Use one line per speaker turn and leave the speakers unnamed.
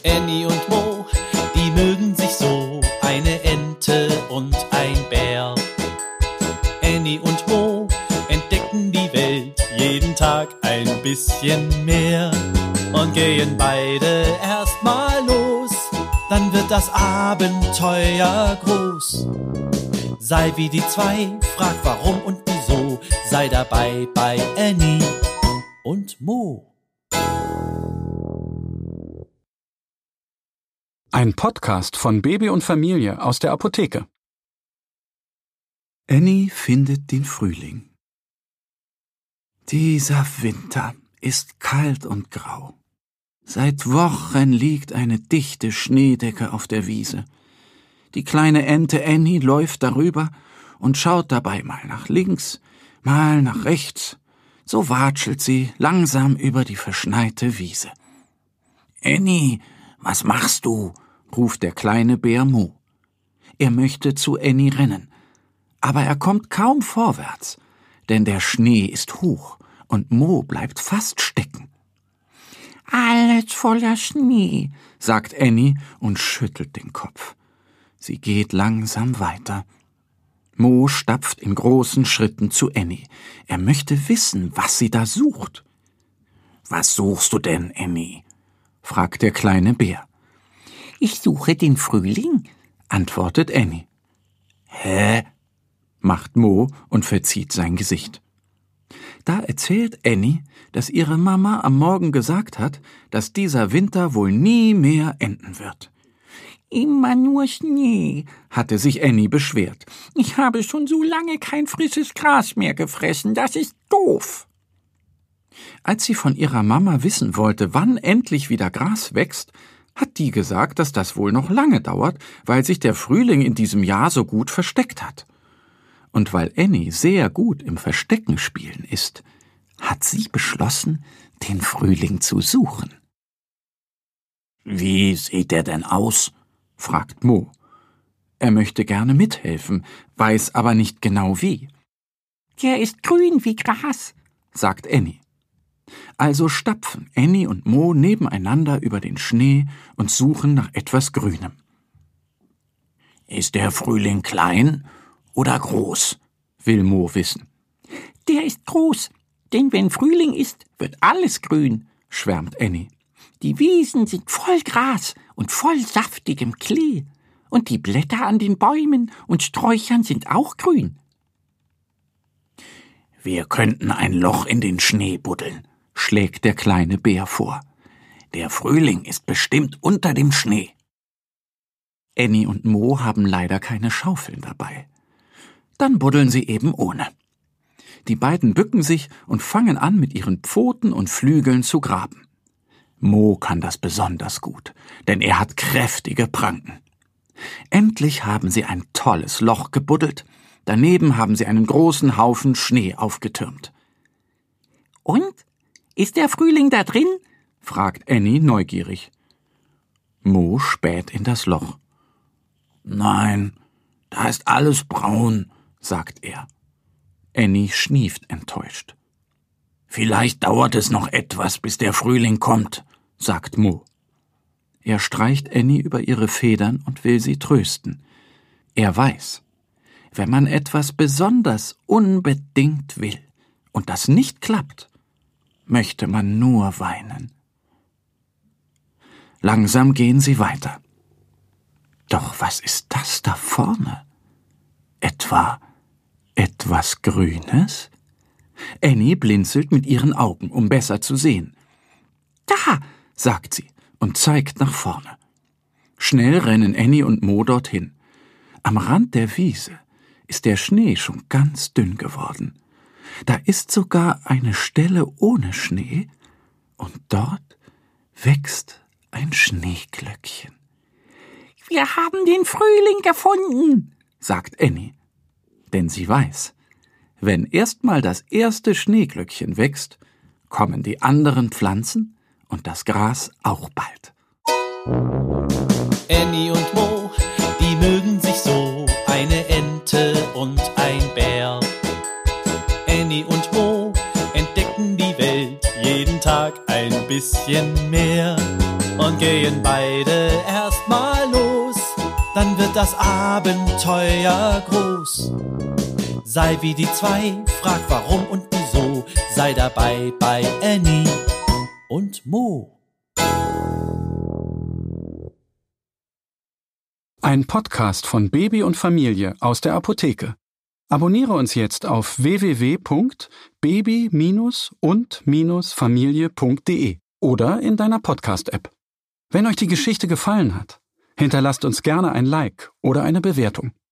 Annie und Mo, die mögen sich so, eine Ente und ein Bär. Annie und Mo entdecken die Welt jeden Tag ein bisschen mehr und gehen beide erstmal los, dann wird das Abenteuer groß. Sei wie die zwei, frag warum und wieso, sei dabei bei Annie und Mo.
Ein Podcast von Baby und Familie aus der Apotheke.
Annie findet den Frühling. Dieser Winter ist kalt und grau. Seit Wochen liegt eine dichte Schneedecke auf der Wiese. Die kleine Ente Annie läuft darüber und schaut dabei mal nach links, mal nach rechts. So watschelt sie langsam über die verschneite Wiese. »Annie, was machst du?« ruft der kleine Bär Mo. Er möchte zu Annie rennen, aber er kommt kaum vorwärts, denn der Schnee ist hoch und Mo bleibt fast stecken. »Alles voller Schnee«, sagt Annie und schüttelt den Kopf. Sie geht langsam weiter. Mo stapft in großen Schritten zu Annie. Er möchte wissen, was sie da sucht. »Was suchst du denn, Annie?« fragt der kleine Bär. »Ich suche den Frühling«, antwortet Annie. »Hä?« macht Mo und verzieht sein Gesicht. Da erzählt Annie, dass ihre Mama am Morgen gesagt hat, dass dieser Winter wohl nie mehr enden wird. »Immer nur Schnee«, hatte sich Annie beschwert. »Ich habe schon so lange kein frisches Gras mehr gefressen, das ist doof.« Als sie von ihrer Mama wissen wollte, wann endlich wieder Gras wächst, hat die gesagt, dass das wohl noch lange dauert, weil sich der Frühling in diesem Jahr so gut versteckt hat. Und weil Annie sehr gut im Verstecken spielen ist, hat sie beschlossen, den Frühling zu suchen. »Wie sieht er denn aus?« fragt Mo. Er möchte gerne mithelfen, weiß aber nicht genau wie. »Der ist grün wie Gras«, sagt Annie. Also stapfen Annie und Mo nebeneinander über den Schnee und suchen nach etwas Grünem. »Ist der Frühling klein oder groß?« will Mo wissen. »Der ist groß, denn wenn Frühling ist, wird alles grün«, schwärmt Annie. »Die Wiesen sind voll Gras und voll saftigem Klee, und die Blätter an den Bäumen und Sträuchern sind auch grün.« »Wir könnten ein Loch in den Schnee buddeln«, schlägt der kleine Bär vor. »Der Frühling ist bestimmt unter dem Schnee.« Annie und Mo haben leider keine Schaufeln dabei. Dann buddeln sie eben ohne. Die beiden bücken sich und fangen an, mit ihren Pfoten und Flügeln zu graben. Mo kann das besonders gut, denn er hat kräftige Pranken. Endlich haben sie ein tolles Loch gebuddelt. Daneben haben sie einen großen Haufen Schnee aufgetürmt. »Und? Ist der Frühling da drin?« fragt Annie neugierig. Mo späht in das Loch. »Nein, da ist alles braun«, sagt er. Annie schnieft enttäuscht. »Vielleicht dauert es noch etwas, bis der Frühling kommt«, sagt Mo. Er streicht Annie über ihre Federn und will sie trösten. Er weiß, wenn man etwas besonders unbedingt will und das nicht klappt, möchte man nur weinen. Langsam gehen sie weiter. Doch was ist das da vorne? Etwas Grünes? Annie blinzelt mit ihren Augen, um besser zu sehen. »Da«, sagt sie und zeigt nach vorne. Schnell rennen Annie und Mo dorthin. Am Rand der Wiese ist der Schnee schon ganz dünn geworden. Da ist sogar eine Stelle ohne Schnee und dort wächst ein Schneeglöckchen. »Wir haben den Frühling gefunden«, sagt Annie. Denn sie weiß, wenn erstmal das erste Schneeglöckchen wächst, kommen die anderen Pflanzen und das Gras auch bald.
Annie und Mo, die mögen sich so, eine Ente und ein Bär. Annie und Mo entdecken die Welt jeden Tag ein bisschen mehr und gehen beide erstmal los. Dann wird das Abenteuer groß. Sei wie die zwei, frag warum und wieso. Sei dabei bei Annie und Mo.
Ein Podcast von Baby und Familie aus der Apotheke. Abonniere uns jetzt auf www.baby-und-familie.de oder in deiner Podcast-App. Wenn euch die Geschichte gefallen hat, hinterlasst uns gerne ein Like oder eine Bewertung.